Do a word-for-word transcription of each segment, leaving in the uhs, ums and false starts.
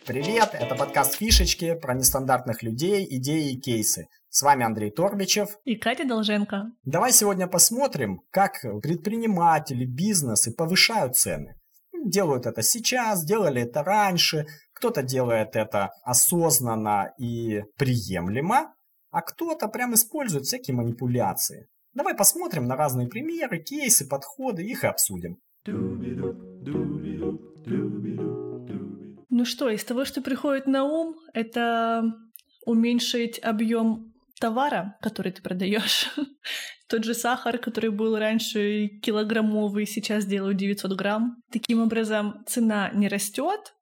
Привет, это подкаст «Фишечки» про нестандартных людей, идеи и кейсы. С вами Андрей Торбичев и Катя Долженко. Давай сегодня посмотрим, как предприниматели, бизнесы повышают цены. Делают это сейчас, делали это раньше, кто-то делает это осознанно и приемлемо, а кто-то прям использует всякие манипуляции. Давай посмотрим на разные примеры, кейсы, подходы, их и обсудим. Ну что, из того, что приходит на ум, это уменьшить объем товара, который ты продаешь. Тот же сахар, который был раньше килограммовый, сейчас делают девятьсот грамм. Таким образом, цена не растет,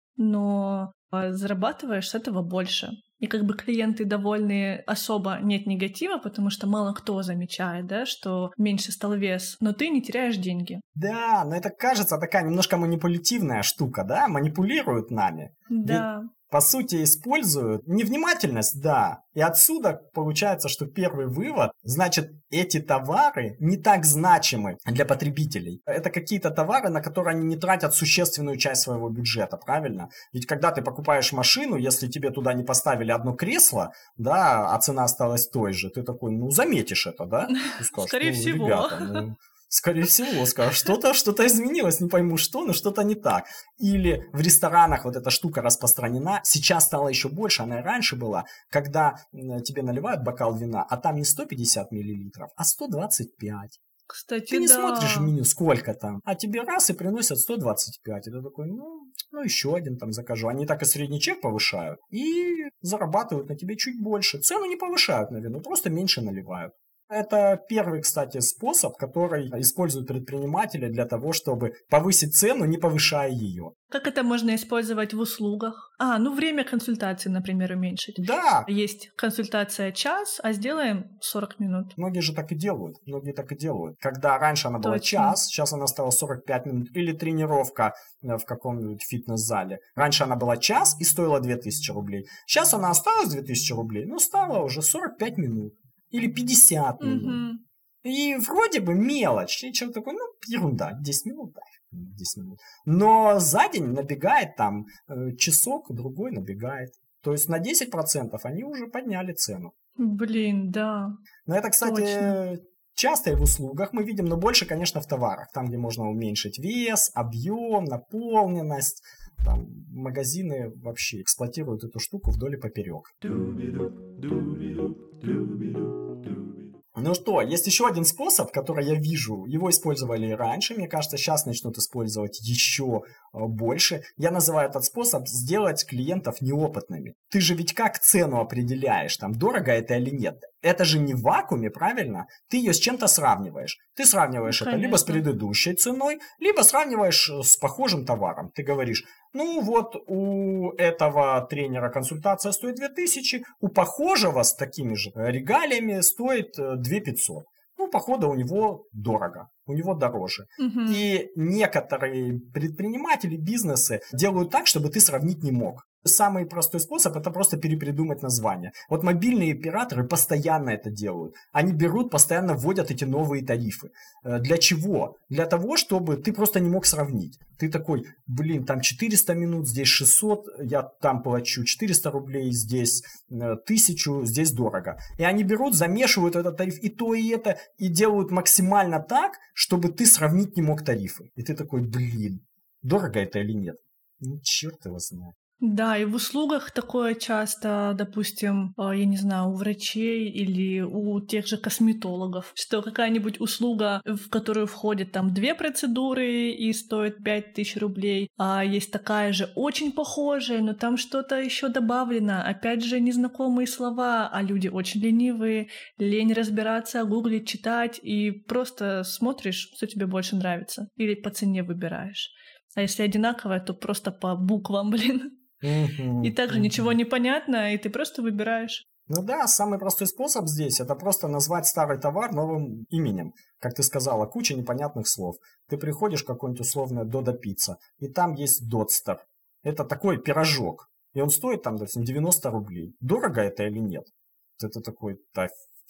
но зарабатываешь с этого больше. И как бы клиенты довольны, особо нет негатива, потому что мало кто замечает, да, что меньше стал вес, но ты не теряешь деньги. Да, но это кажется такая немножко манипулятивная штука, да, манипулируют нами. Да. Ведь, по сути, используют невнимательность, да. И отсюда получается, что первый вывод, значит, эти товары не так значимы для потребителей. Это какие-то товары, на которые они не тратят существенную часть своего бюджета, правильно? Ведь когда ты покупаешь машину, если тебе туда не поставили одно кресло, да, а цена осталась той же, ты такой, ну, заметишь это, да? Ты скажешь, скорее ну, всего. Ребята, ну... Скорее всего, скажешь, что-то, что-то изменилось, не пойму что, но что-то не так. Или в ресторанах вот эта штука распространена, сейчас стало еще больше, она и раньше была, когда тебе наливают бокал вина, а там не сто пятьдесят миллилитров, а сто двадцать пять. Кстати, Ты не да. смотришь в меню, сколько там, а тебе раз и приносят сто двадцать пять. И ты такой, ну, ну еще один там закажу. Они так и средний чек повышают и зарабатывают на тебе чуть больше. Цену не повышают на вино, просто меньше наливают. Это первый, кстати, способ, который используют предприниматели для того, чтобы повысить цену, не повышая ее. Как это можно использовать в услугах? А, ну время консультации, например, уменьшить. Да. Есть консультация час, а сделаем сорок минут. Многие же так и делают. Многие так и делают. Когда раньше она была Точно. час, сейчас она стала сорок пять минут. Или тренировка в каком-нибудь фитнес-зале. Раньше она была час и стоила две тысячи рублей. Сейчас она осталась две тысячи рублей, но стала уже сорок пять минут. Или пятьдесят минут. Угу. И вроде бы мелочь. И человек такой, ну, ерунда, десять минут, да, десять минут. Но за день набегает там часок, другой набегает. То есть на десять процентов они уже подняли цену. Блин, да. Но это, кстати, точно. Часто и в услугах мы видим, но больше, конечно, в товарах. Там, где можно уменьшить вес, объем, наполненность. Там магазины вообще эксплуатируют эту штуку вдоль и поперек. Ну что, есть еще один способ, который я вижу. Его использовали и раньше. Мне кажется, сейчас начнут использовать еще больше. Я называю этот способ сделать клиентов неопытными. Ты же ведь как цену определяешь, там, дорого это или нет? Это же не в вакууме, правильно? Ты ее с чем-то сравниваешь. Ты сравниваешь Ну, это либо с конечно. предыдущей ценой, либо сравниваешь с похожим товаром. Ты говоришь, ну вот у этого тренера консультация стоит две тысячи, у похожего с такими же регалиями стоит две тысячи пятьсот. Ну, походу, у него дорого, у него дороже. Угу. И некоторые предприниматели, бизнесы делают так, чтобы ты сравнить не мог. Самый простой способ – это просто перепридумать название. Вот мобильные операторы постоянно это делают. Они берут, постоянно вводят эти новые тарифы. Для чего? Для того, чтобы ты просто не мог сравнить. Ты такой, блин, там четыреста минут, здесь шестьсот, я там плачу четыреста рублей, здесь тысячу, здесь дорого. И они берут, замешивают этот тариф и то, и это, и делают максимально так, чтобы ты сравнить не мог тарифы. И ты такой, блин, дорого это или нет? Ну, черт его знает. Да, и в услугах такое часто, допустим, я не знаю, у врачей или у тех же косметологов, что какая-нибудь услуга, в которую входят там две процедуры и стоит пять тысяч рублей, а есть такая же очень похожая, но там что-то еще добавлено, опять же незнакомые слова, а люди очень ленивые, лень разбираться, гуглить, читать, и просто смотришь, что тебе больше нравится, или по цене выбираешь. А если одинаковое, то просто по буквам, блин. Угу, И также угу. ничего не понятно, и ты просто выбираешь. Ну да, самый простой способ здесь – это просто назвать старый товар новым именем. Как ты сказала, куча непонятных слов. Ты приходишь в какое-нибудь условное Додо Пицца, и там есть Додстер. Это такой пирожок, и он стоит там, допустим, девяносто рублей. Дорого это или нет? Это такой, да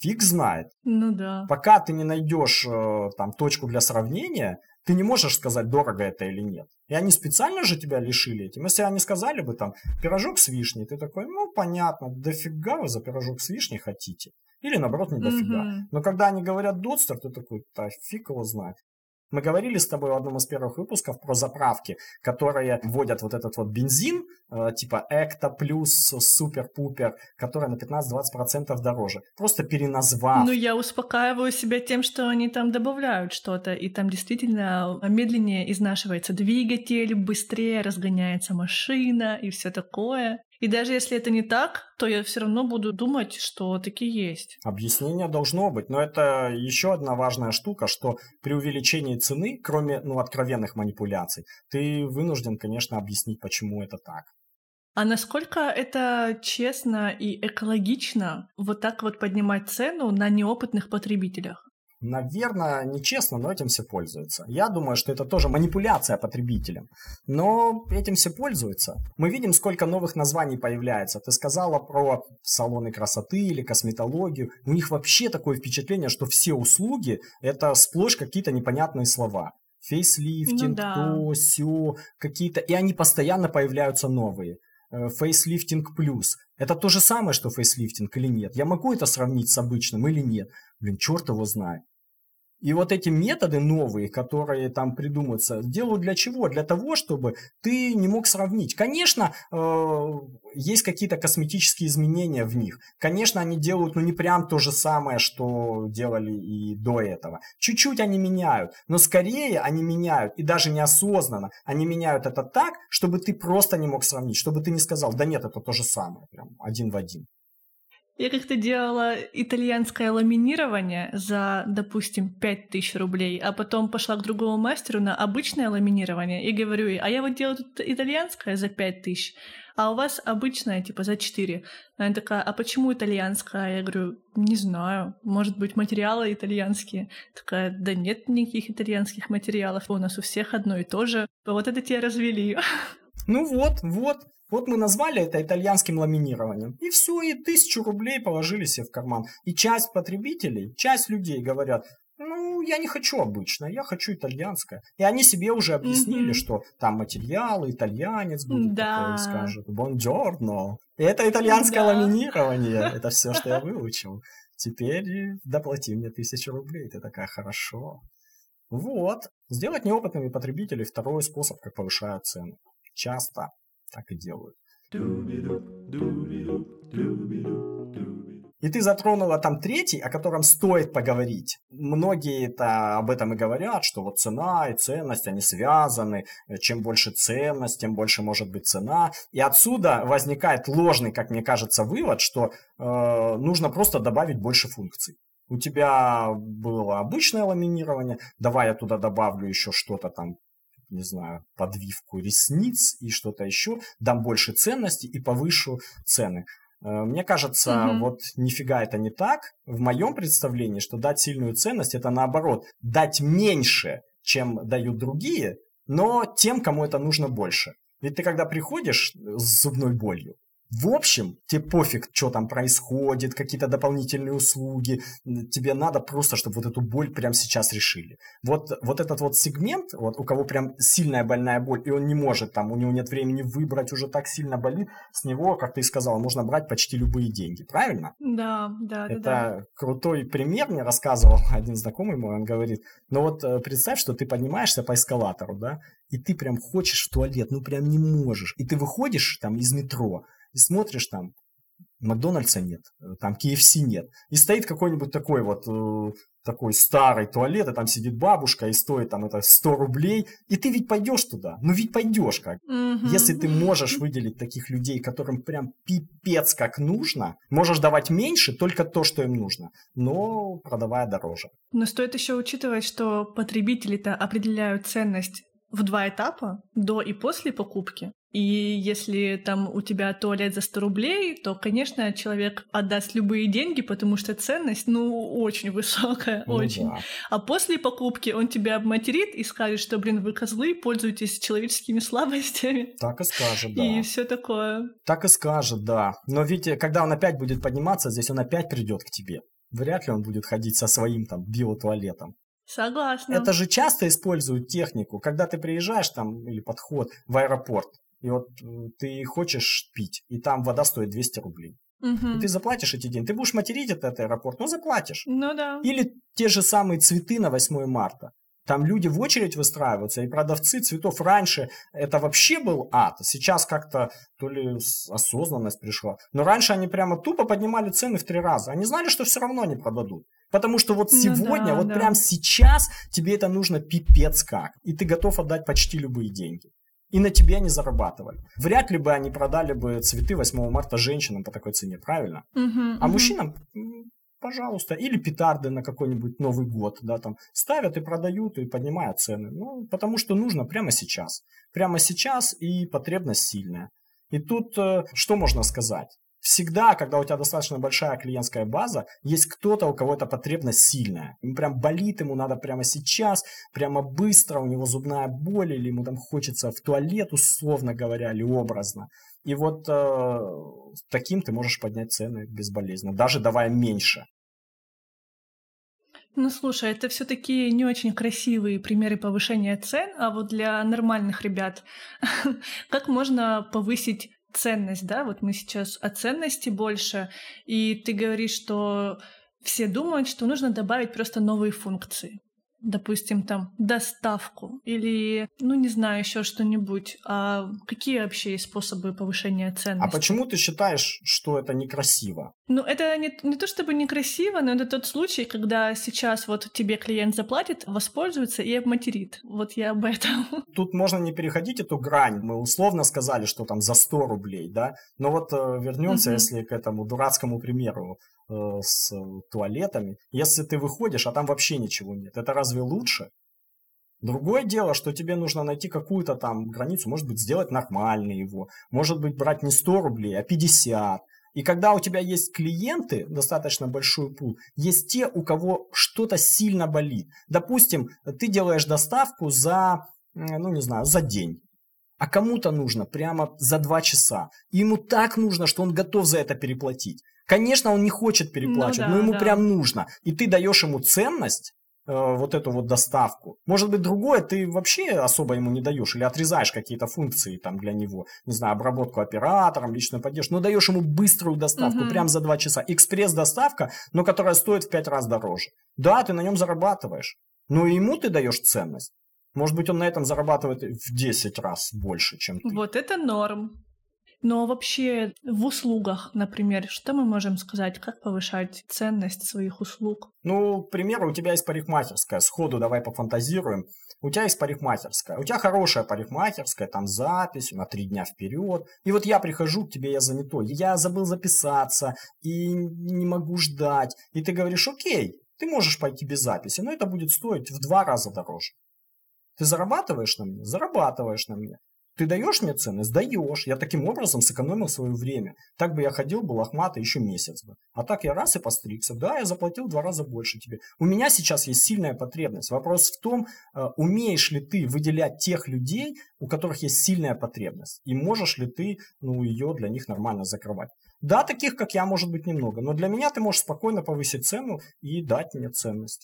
Фиг знает. Ну да. Пока ты не найдешь э, там точку для сравнения, ты не можешь сказать, дорого это или нет. И они специально же тебя лишили этим. Если они сказали бы там пирожок с вишней, ты такой, ну понятно, дофига вы за пирожок с вишней хотите. Или наоборот, не дофига. Мгм. Но когда они говорят Додстер, ты такой, да фиг его знает. Мы говорили с тобой в одном из первых выпусков про заправки, которые вводят вот этот вот бензин, э, типа Экта плюс супер-пупер, который на пятнадцать-двадцать процентов дороже. Просто переназвав. Ну, я успокаиваю себя тем, что они там добавляют что-то, и там действительно медленнее изнашивается двигатель, быстрее разгоняется машина и все такое. И даже если это не так, то я все равно буду думать, что таки есть. Объяснение должно быть, но это еще одна важная штука, что при увеличении цены, кроме ну, откровенных манипуляций, ты вынужден, конечно, объяснить, почему это так. А насколько это честно и экологично вот так вот поднимать цену на неопытных потребителях? Наверное, нечестно, но этим все пользуются. Я думаю, что это тоже манипуляция потребителем. Но этим все пользуются. Мы видим, сколько новых названий появляется. Ты сказала про салоны красоты или косметологию. У них вообще такое впечатление, что все услуги – это сплошь какие-то непонятные слова. Фейслифтинг, Ну да. то, сё, какие-то. И они постоянно появляются новые. Фейслифтинг плюс. Это то же самое, что фейслифтинг или нет? Я могу это сравнить с обычным или нет? Блин, черт его знает. И вот эти методы новые, которые там придумываются, делают для чего? Для того, чтобы ты не мог сравнить. Конечно, э, есть какие-то косметические изменения в них. Конечно, они делают, ну, не прям то же самое, что делали и до этого. Чуть-чуть они меняют, но скорее они меняют, и даже неосознанно, они меняют это так, чтобы ты просто не мог сравнить, чтобы ты не сказал, да нет, это то же самое, прям один в один. Я как-то делала итальянское ламинирование за, допустим, пять тысяч рублей, а потом пошла к другому мастеру на обычное ламинирование и говорю ей, а я вот делаю тут итальянское за пять тысяч, а у вас обычное, типа, за четыре. Она такая, а почему итальянское? Я говорю, не знаю, может быть, материалы итальянские. Такая, да нет никаких итальянских материалов, у нас у всех одно и то же. Вот это тебя развели. Ну вот, вот. Вот мы назвали это итальянским ламинированием. И все, и тысячу рублей положили себе в карман. И часть потребителей, часть людей говорят, ну, я не хочу обычное, я хочу итальянское. И они себе уже объяснили, Мгм. что там материалы, итальянец будет такой, Да. скажет, бонджорно. И это итальянское Да. ламинирование. Это все, что я выучил. Теперь доплати мне тысячу рублей. Ты такая, хорошо. Вот. Сделать неопытными потребителей второй способ, как повышают цену. Часто так и делают. И ты затронула там третий, о котором стоит поговорить. Многие это об этом и говорят, что вот цена и ценность, они связаны. Чем больше ценность, тем больше может быть цена. И отсюда возникает ложный, как мне кажется, вывод, что э, нужно просто добавить больше функций. У тебя было обычное ламинирование, давай я туда добавлю еще что-то там, не знаю, подвивку ресниц и что-то еще, дам больше ценности и повышу цены. Мне кажется, Мгм. вот нифига это не так. В моем представлении, что дать сильную ценность, это наоборот, дать меньше, чем дают другие, но тем, кому это нужно больше. Ведь ты когда приходишь с зубной болью, в общем, тебе пофиг, что там происходит, какие-то дополнительные услуги. Тебе надо просто, чтобы вот эту боль прямо сейчас решили. Вот, вот этот вот сегмент, вот у кого прям сильная больная боль, и он не может, там, у него нет времени выбрать, уже так сильно болит, с него, как ты сказала, можно брать почти любые деньги, правильно? Да, да, да, Это да. крутой пример мне рассказывал один знакомый мой, он говорит, ну вот э, представь, что ты поднимаешься по эскалатору, да, и ты прям хочешь в туалет, ну прям не можешь, и ты выходишь там из метро, и смотришь там, Макдональдса нет, там кей эф си нет, и стоит какой-нибудь такой вот, э, такой старый туалет, и там сидит бабушка, и стоит там это сто рублей, и ты ведь пойдешь туда, ну ведь пойдешь как. Мгм. Если ты можешь выделить таких людей, которым прям пипец как нужно, можешь давать меньше, только то, что им нужно, но продавая дороже. Но стоит еще учитывать, что потребители-то определяют ценность в два этапа, до и после покупки. И если там у тебя туалет за сто рублей, то, конечно, человек отдаст любые деньги, потому что ценность, ну, очень высокая, Ну очень. да. А после покупки он тебя обматерит и скажет, что, блин, вы козлы, пользуетесь человеческими слабостями. Так и скажет, да. И все такое. Так и скажет, да. Но ведь, когда он опять будет подниматься здесь, он опять придет к тебе. Вряд ли он будет ходить со своим там биотуалетом. Согласна. Это же часто используют технику, когда ты приезжаешь там или подход в аэропорт, и вот ты хочешь пить, и там вода стоит двести рублей. Угу. И ты заплатишь эти деньги. Ты будешь материть этот аэропорт, но заплатишь. Ну да. Или те же самые цветы на восьмое марта. Там люди в очередь выстраиваются, и продавцы цветов раньше это вообще был ад. Сейчас как-то то ли осознанность пришла. Но раньше они прямо тупо поднимали цены в три раза. Они знали, что все равно не продадут. Потому что вот сегодня, ну да, вот да. прямо сейчас тебе это нужно пипец как. И ты готов отдать почти любые деньги. И на тебе они зарабатывали. Вряд ли бы они продали бы цветы восьмого марта женщинам по такой цене, правильно? Угу, а угу. мужчинам... Пожалуйста, или петарды на какой-нибудь Новый год, да, там ставят и продают, и поднимают цены. Ну, потому что нужно прямо сейчас. Прямо сейчас, и потребность сильная. И тут э, что можно сказать? Всегда, когда у тебя достаточно большая клиентская база, есть кто-то, у кого эта потребность сильная. Ему прям болит, ему надо прямо сейчас, прямо быстро, у него зубная боль, или ему там хочется в туалет, условно говоря, или образно. И вот э, таким ты можешь поднять цены безболезненно, даже давая меньше. Ну, слушай, это все-таки не очень красивые примеры повышения цен, а вот для нормальных ребят, как можно повысить ценность, да? Вот мы сейчас о ценности больше, и ты говоришь, что все думают, что нужно добавить просто новые функции. Допустим, там, доставку или, ну, не знаю, еще что-нибудь. А какие вообще есть способы повышения ценности? А почему ты считаешь, что это некрасиво? Ну, это не, не то чтобы некрасиво, но это тот случай, когда сейчас вот тебе клиент заплатит, воспользуется и обматерит. Вот я об этом. Тут можно не переходить эту грань. Мы условно сказали, что там за сто рублей, да? Но вот э, вернемся, uh-huh. если к этому дурацкому примеру э, с туалетами. Если ты выходишь, а там вообще ничего нет, это разве лучше? Другое дело, что тебе нужно найти какую-то там границу, может быть, сделать нормально его, может быть, брать не сто рублей, а пятьдесят. И когда у тебя есть клиенты, достаточно большой пул, есть те, у кого что-то сильно болит. Допустим, ты делаешь доставку за, ну не знаю, за день. А кому-то нужно прямо за два часа. И ему так нужно, что он готов за это переплатить. Конечно, он не хочет переплачивать, ну да, но ему да. прям нужно. И ты даешь ему ценность, вот эту вот доставку. Может быть, другое ты вообще особо ему не даешь или отрезаешь какие-то функции там для него, не знаю, обработку оператором, личную поддержку, но даешь ему быструю доставку, угу. прям за два часа. Экспресс-доставка, но которая стоит в пять раз дороже. Да, ты на нем зарабатываешь, но и ему ты даешь ценность. Может быть, он на этом зарабатывает в десять раз больше, чем ты. Вот это норм. Но вообще в услугах, например, что мы можем сказать, как повышать ценность своих услуг? Ну, к примеру, у тебя есть парикмахерская, сходу давай пофантазируем. У тебя есть парикмахерская, у тебя хорошая парикмахерская, там запись на три дня вперед. И вот я прихожу к тебе, я занятой, я забыл записаться и не могу ждать. И ты говоришь, окей, ты можешь пойти без записи, но это будет стоить в два раза дороже. Ты зарабатываешь на мне? Зарабатываешь на мне. Ты даешь мне ценность? Даешь. Я таким образом сэкономил свое время. Так бы я ходил бы лохматый еще месяц бы. А так я раз и постригся. Да, я заплатил в два раза больше тебе. У меня сейчас есть сильная потребность. Вопрос в том, умеешь ли ты выделять тех людей, у которых есть сильная потребность. И можешь ли ты ну, ее для них нормально закрывать. Да, таких, как я, может быть немного. Но для меня ты можешь спокойно повысить цену и дать мне ценность.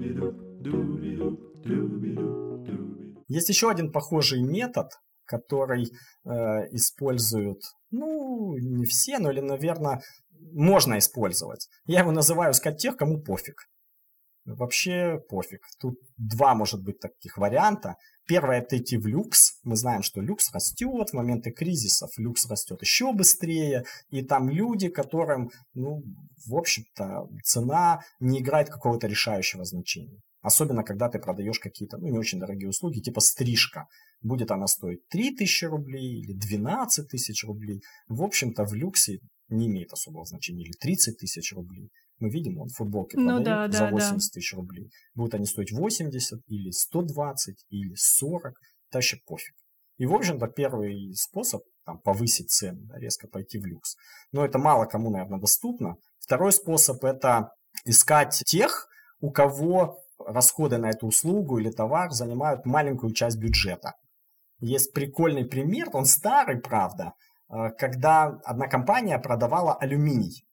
Есть еще один похожий метод, который э, используют, ну, не все, но или, наверное, можно использовать. Я его называю искать тех, кому пофиг. Вообще пофиг. Тут два, может быть, таких варианта. Первое – это идти в люкс. Мы знаем, что люкс растет, в моменты кризисов люкс растет еще быстрее. И там люди, которым, ну, в общем-то, цена не играет какого-то решающего значения. Особенно, когда ты продаешь какие-то, ну, не очень дорогие услуги, типа стрижка. Будет она стоить три тысячи рублей или двенадцать тысяч рублей. В общем-то, в люксе не имеет особого значения. Или тридцать тысяч рублей. Мы видим, вот футболки ну, продают да, за да, восемьдесят да. тысяч рублей. Будут они стоить восемьдесят или сто двадцать или сорок. Это вообще пофиг. И, в общем-то, первый способ там, повысить цену, да, резко пойти в люкс. Но это мало кому, наверное, доступно. Второй способ – это искать тех, у кого расходы на эту услугу или товар занимают маленькую часть бюджета. Есть прикольный пример, он старый, правда, когда одна компания продавала алюминий.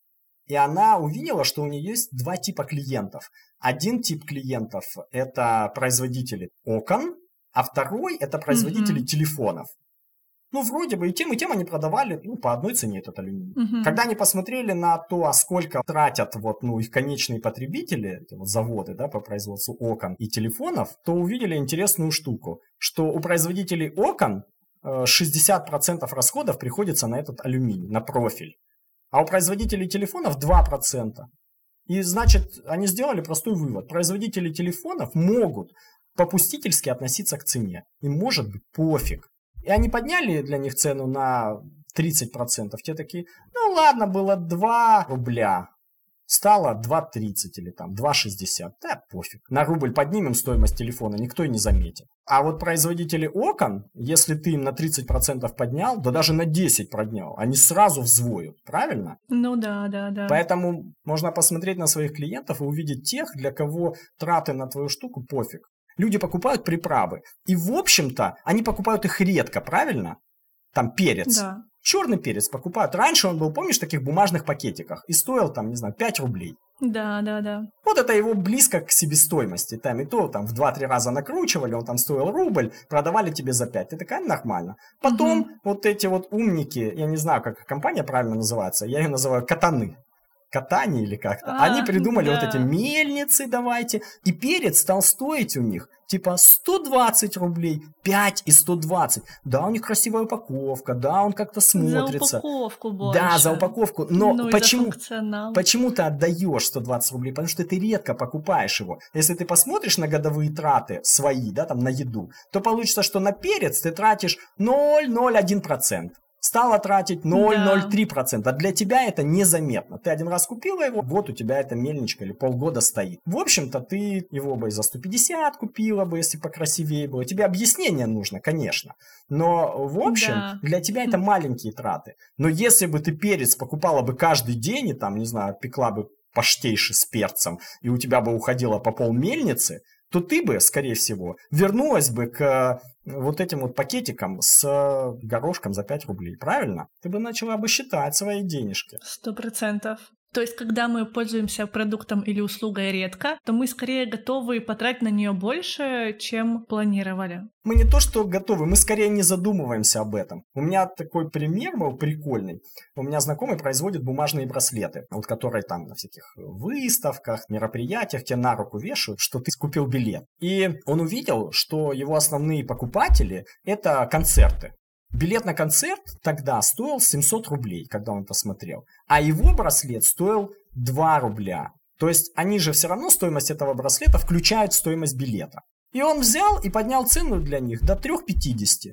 И она увидела, что у нее есть два типа клиентов. Один тип клиентов – это производители окон, а второй – это производители Мгм. телефонов. Ну, вроде бы и тем, и тем они продавали, ну, по одной цене этот алюминий. Мгм. Когда они посмотрели на то, а сколько тратят вот, ну, их конечные потребители, эти вот заводы, да, по производству окон и телефонов, то увидели интересную штуку, что у производителей окон э, шестьдесят процентов расходов приходится на этот алюминий, на профиль, а у производителей телефонов два процента. И, значит, они сделали простой вывод. Производители телефонов могут попустительски относиться к цене. Им может быть пофиг. И они подняли для них цену на тридцать процентов. Те такие, ну ладно, было два рубля. Стало два тридцать или там два шестьдесят. Да пофиг. На рубль поднимем стоимость телефона, никто и не заметит. А вот производители окон, если ты им на тридцать процентов поднял, да даже на десять поднял, они сразу взвоют, правильно? Ну да, да, да. Поэтому можно посмотреть на своих клиентов и увидеть тех, для кого траты на твою штуку пофиг. Люди покупают приправы. И, в общем-то, они покупают их редко, правильно? Там перец. Да. Черный перец покупают. Раньше он был, помнишь, в таких бумажных пакетиках. И стоил, там, не знаю, пять рублей. Да, да, да. Вот это его близко к себестоимости. Там и то там в два-три раза накручивали, он там стоил рубль, продавали тебе за пять. Ты такая, нормально. Потом Мгм. вот эти вот умники, я не знаю, как компания правильно называется, я ее называю катаны. Катани или как-то. А, Они придумали вот да. эти мельницы, давайте. И перец стал стоить у них типа сто двадцать рублей, пять и сто двадцать. Да, у них красивая упаковка, да, он как-то За смотрится. упаковку больше. Да, за упаковку. Но Ну и за почему, функционал. почему ты отдаешь сто двадцать рублей? Потому что ты редко покупаешь его. Если ты посмотришь на годовые траты свои, да, там на еду, то получится, что на перец ты тратишь ноль целых ноль один процента. Стала тратить ноль целых ноль три процента. А для тебя это незаметно. Ты один раз купила его, вот у тебя эта мельничка или полгода стоит. В общем-то, ты его бы и за сто пятьдесят купила бы, если покрасивее было. Тебе объяснение нужно, конечно. Но, в общем, Да. для тебя это маленькие траты. Но если бы ты перец покупала бы каждый день и там, не знаю, пекла бы паштейши с перцем, и у тебя бы уходило по полмельницы, то ты бы, скорее всего, вернулась бы к вот этим вот пакетикам с горошком за пять рублей, правильно? Ты бы начала бы считать свои денежки. Сто процентов. То есть, когда мы пользуемся продуктом или услугой редко, то мы скорее готовы потратить на нее больше, чем планировали. Мы не то что готовы, мы скорее не задумываемся об этом. У меня такой пример был прикольный. У меня знакомый производит бумажные браслеты, вот которые там на всяких выставках, мероприятиях тебе на руку вешают, что ты купил билет. И он увидел, что его основные покупатели – это концерты. Билет на концерт тогда стоил семьсот рублей, когда он посмотрел. А его браслет стоил два рубля. То есть они же все равно стоимость этого браслета включают стоимость билета. И он взял и поднял цену для них до три пятьдесят.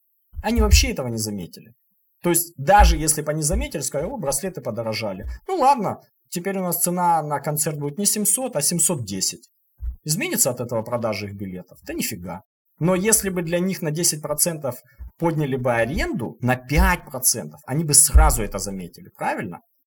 Они вообще этого не заметили. То есть даже если бы они заметили, сказали, о, браслеты подорожали. Ну ладно, теперь у нас цена на концерт будет не семьсот, а семьсот десять. Изменится от этого продажа их билетов? Да нифига. Но если бы для них на десять процентов подняли бы аренду, на пять процентов, они бы сразу это заметили, правильно?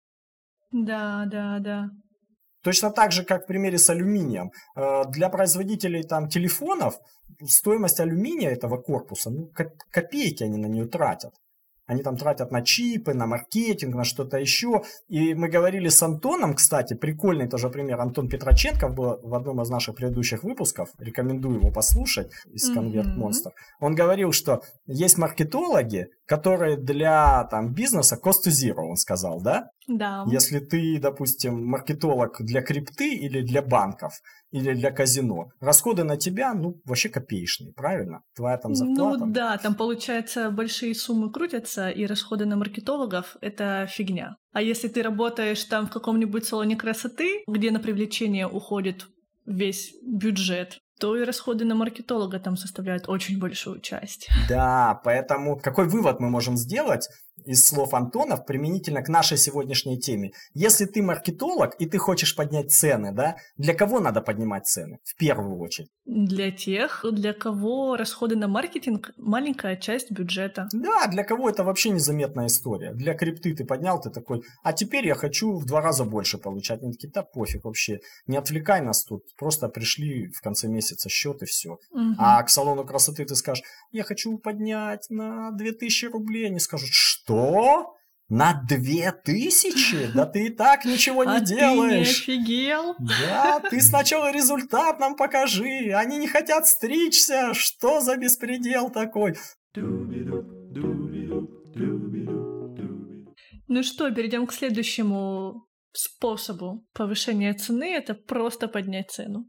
Да, да, да. Точно так же, как в примере с алюминием. Для производителей там телефонов стоимость алюминия этого корпуса, ну, копейки они на нее тратят. Они там тратят на чипы, на маркетинг, на что-то еще. И мы говорили с Антоном, кстати, прикольный тоже пример. Антон Петроченков был в одном из наших предыдущих выпусков. Рекомендую его послушать из Convert Monster. Он говорил, что есть маркетологи, которые для там, бизнеса cost to zero, он сказал, да? Да. Если ты, допустим, маркетолог для крипты или для банков, или для казино, расходы на тебя, ну, вообще копеечные, правильно? Твоя там зарплата. Ну да, там, получается, большие суммы крутятся, и расходы на маркетологов — это фигня. А если ты работаешь там в каком-нибудь салоне красоты, где на привлечение уходит весь бюджет, то и расходы на маркетолога там составляют очень большую часть. Да, поэтому какой вывод мы можем сделать из слов Антона применительно к нашей сегодняшней теме? Если ты маркетолог и ты хочешь поднять цены, да, для кого надо поднимать цены в первую очередь? Для тех, для кого расходы на маркетинг — маленькая часть бюджета. Да, для кого это вообще незаметная история. Для крипты ты поднял, ты такой, а теперь я хочу в два раза больше получать. Они такие, да пофиг вообще, не отвлекай нас тут, просто пришли в конце месяца счет и все. Угу. А к салону красоты ты скажешь, я хочу поднять на две тысячи рублей. Они скажут, что? На две тысячи? Да ты и так ничего не а делаешь. ты не офигел? Да, ты сначала результат нам покажи. Они не хотят стричься. Что за беспредел такой? Ну что, перейдем к следующему способу повышения цены. Это просто поднять цену.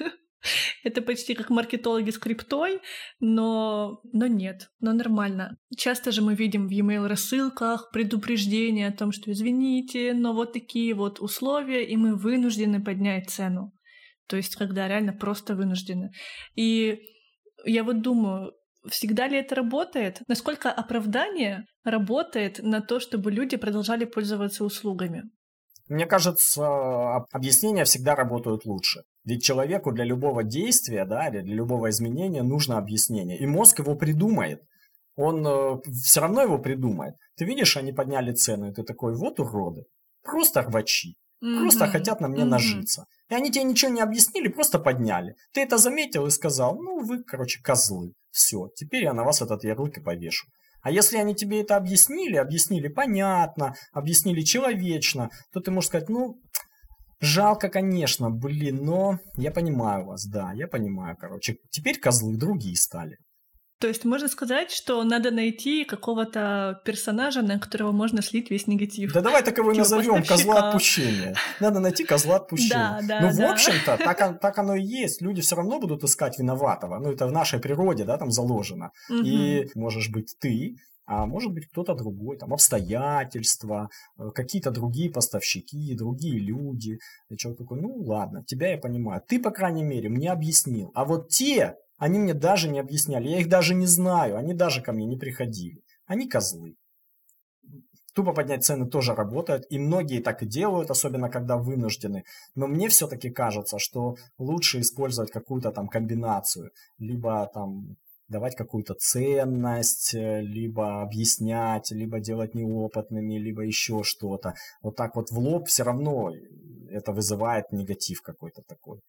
Это почти как маркетологи с криптой, но, но нет, но нормально. Часто же мы видим в e-mail рассылках предупреждения о том, что извините, но вот такие вот условия, и мы вынуждены поднять цену. То есть когда реально просто вынуждены. И я вот думаю, всегда ли это работает? Насколько оправдание работает на то, чтобы люди продолжали пользоваться услугами? Мне кажется, объяснения всегда работают лучше. Ведь человеку для любого действия, да, или для любого изменения нужно объяснение. И мозг его придумает. Он э, все равно его придумает. Ты видишь, они подняли цену, и ты такой, вот уроды. Просто рвачи. Просто Мгм, хотят на мне мгм. нажиться. И они тебе ничего не объяснили, просто подняли. Ты это заметил и сказал, ну вы, короче, козлы. Все, теперь я на вас этот ярлык и повешу. А если они тебе это объяснили, объяснили понятно, объяснили человечно, то ты можешь сказать, ну, жалко, конечно, блин, но я понимаю вас, да, я понимаю, короче. Теперь козлы другие стали. То есть можно сказать, что надо найти какого-то персонажа, на которого можно слить весь негатив. Да давай так его и Типа назовем, козла поставщика. отпущения. Надо найти козла отпущения. Да, да, Ну, в да. общем-то, так, он- так оно и есть. Люди все равно будут искать виноватого. Ну, это в нашей природе, да, там заложено. Мгм. И можешь быть ты, а может быть кто-то другой, там обстоятельства, э, какие-то другие поставщики, другие люди. И человек такой, ну ладно, тебя я понимаю. Ты, по крайней мере, мне объяснил. А вот те, они мне даже не объясняли. Я их даже не знаю. Они даже ко мне не приходили. Они козлы. Тупо поднять цены тоже работает, и многие так и делают, особенно когда вынуждены. Но мне все-таки кажется, что лучше использовать какую-то там комбинацию. Либо там давать какую-то ценность, э, либо объяснять, либо делать неопытными, либо еще что-то. Вот так вот в лоб все равно это вызывает негатив какой-то такой.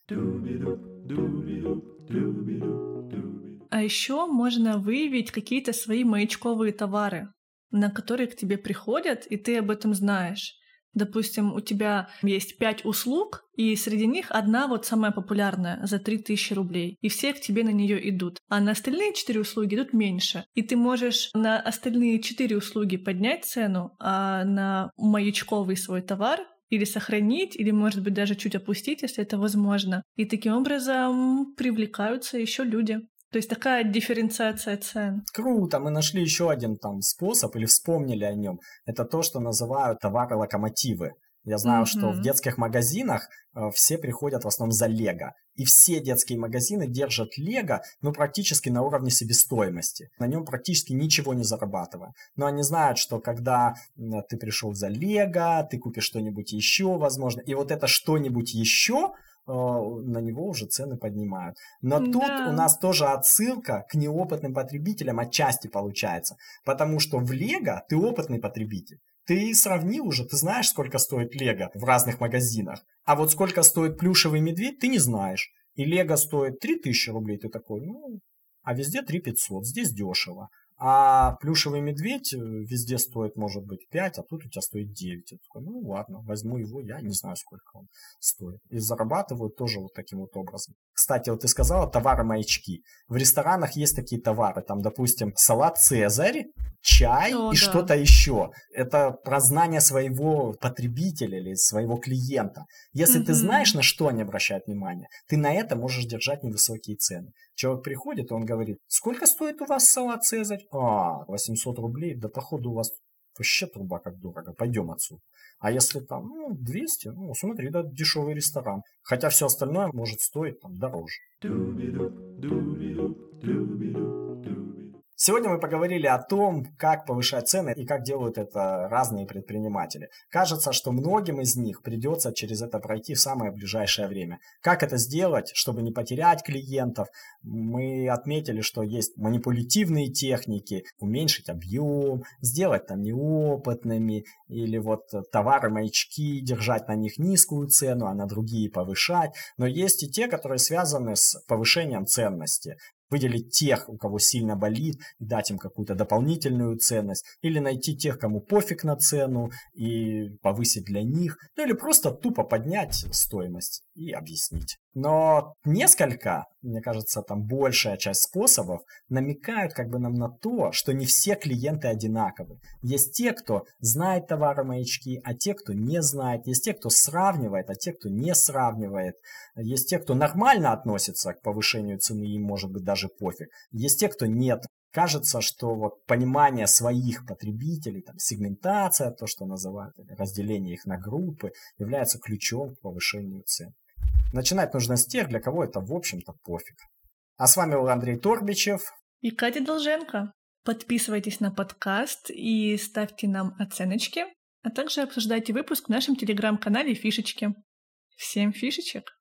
А еще можно выявить какие-то свои маячковые товары, на которые к тебе приходят, и ты об этом знаешь. Допустим, у тебя есть пять услуг, и среди них одна вот самая популярная за три тысячи рублей, и все к тебе на нее идут. А на остальные четыре услуги идут меньше. И ты можешь на остальные четыре услуги поднять цену, а на маячковый свой товар или сохранить, или, может быть, даже чуть опустить, если это возможно. И таким образом привлекаются еще люди. То есть такая дифференциация цен. Круто, мы нашли еще один там способ или вспомнили о нем. Это то, что называют товары-локомотивы. Я знаю, что в Мгм. детских магазинах э, все приходят в основном за Лего. И все детские магазины держат Лего, ну, практически на уровне себестоимости. На нем практически ничего не зарабатывая. Но они знают, что когда м, ты пришел за Лего, ты купишь что-нибудь еще, возможно. И вот это что-нибудь еще, э, на него уже цены поднимают. Но тут у Да. нас тоже отсылка к неопытным потребителям отчасти получается. Потому что в Лего ты опытный потребитель. Ты сравнил уже, ты знаешь, сколько стоит Лего в разных магазинах. А вот сколько стоит плюшевый медведь, ты не знаешь. И Лего стоит три тысячи рублей, ты такой, ну, а везде три пятьсот, здесь дешево. А плюшевый медведь э, везде стоит, может быть, пять, а тут у тебя стоит девять. Я такой, ну ладно, возьму его, я не знаю, сколько он стоит. И зарабатывают тоже вот таким вот образом. Кстати, вот ты сказала товары-маячки. В ресторанах есть такие товары, там, допустим, салат «Цезарь», чай О, и да. что-то еще. Это про знание своего потребителя или своего клиента. Если ты знаешь, Мгм. на что они обращают внимание, ты на это можешь держать невысокие цены. Человек приходит, и он говорит, сколько стоит у вас салат «Цезарь»? А, восемьсот рублей, да походу у вас вообще труба как дорого, пойдем отсюда. А если там, ну, двести, ну, смотри, да, дешевый ресторан. Хотя все остальное может стоить там дороже. Сегодня мы поговорили о том, как повышать цены и как делают это разные предприниматели. Кажется, что многим из них придется через это пройти в самое ближайшее время. Как это сделать, чтобы не потерять клиентов? Мы отметили, что есть манипулятивные техники, уменьшить объем, сделать там неопытными, или вот товары-маячки, держать на них низкую цену, а на другие повышать. Но есть и те, которые связаны с повышением ценности. Выделить тех, у кого сильно болит, и дать им какую-то дополнительную ценность, или найти тех, кому пофиг на цену, и повысить для них, ну или просто тупо поднять стоимость и объяснить. Но несколько, мне кажется, там большая часть способов намекают как бы нам на то, что не все клиенты одинаковы. Есть те, кто знает товаромаячки, а те, кто не знает. Есть те, кто сравнивает, а те, кто не сравнивает. Есть те, кто нормально относится к повышению цены, им может быть даже пофиг. Есть те, кто нет. Кажется, что вот понимание своих потребителей, там, сегментация, то, что называют, разделение их на группы, является ключом к повышению цен. Начинать нужно с тех, для кого это, в общем-то, пофиг. А с вами был Андрей Торбичев и Катя Долженко. Подписывайтесь на подкаст и ставьте нам оценочки, а также обсуждайте выпуск в нашем телеграм-канале «Фишечки». Всем фишечек!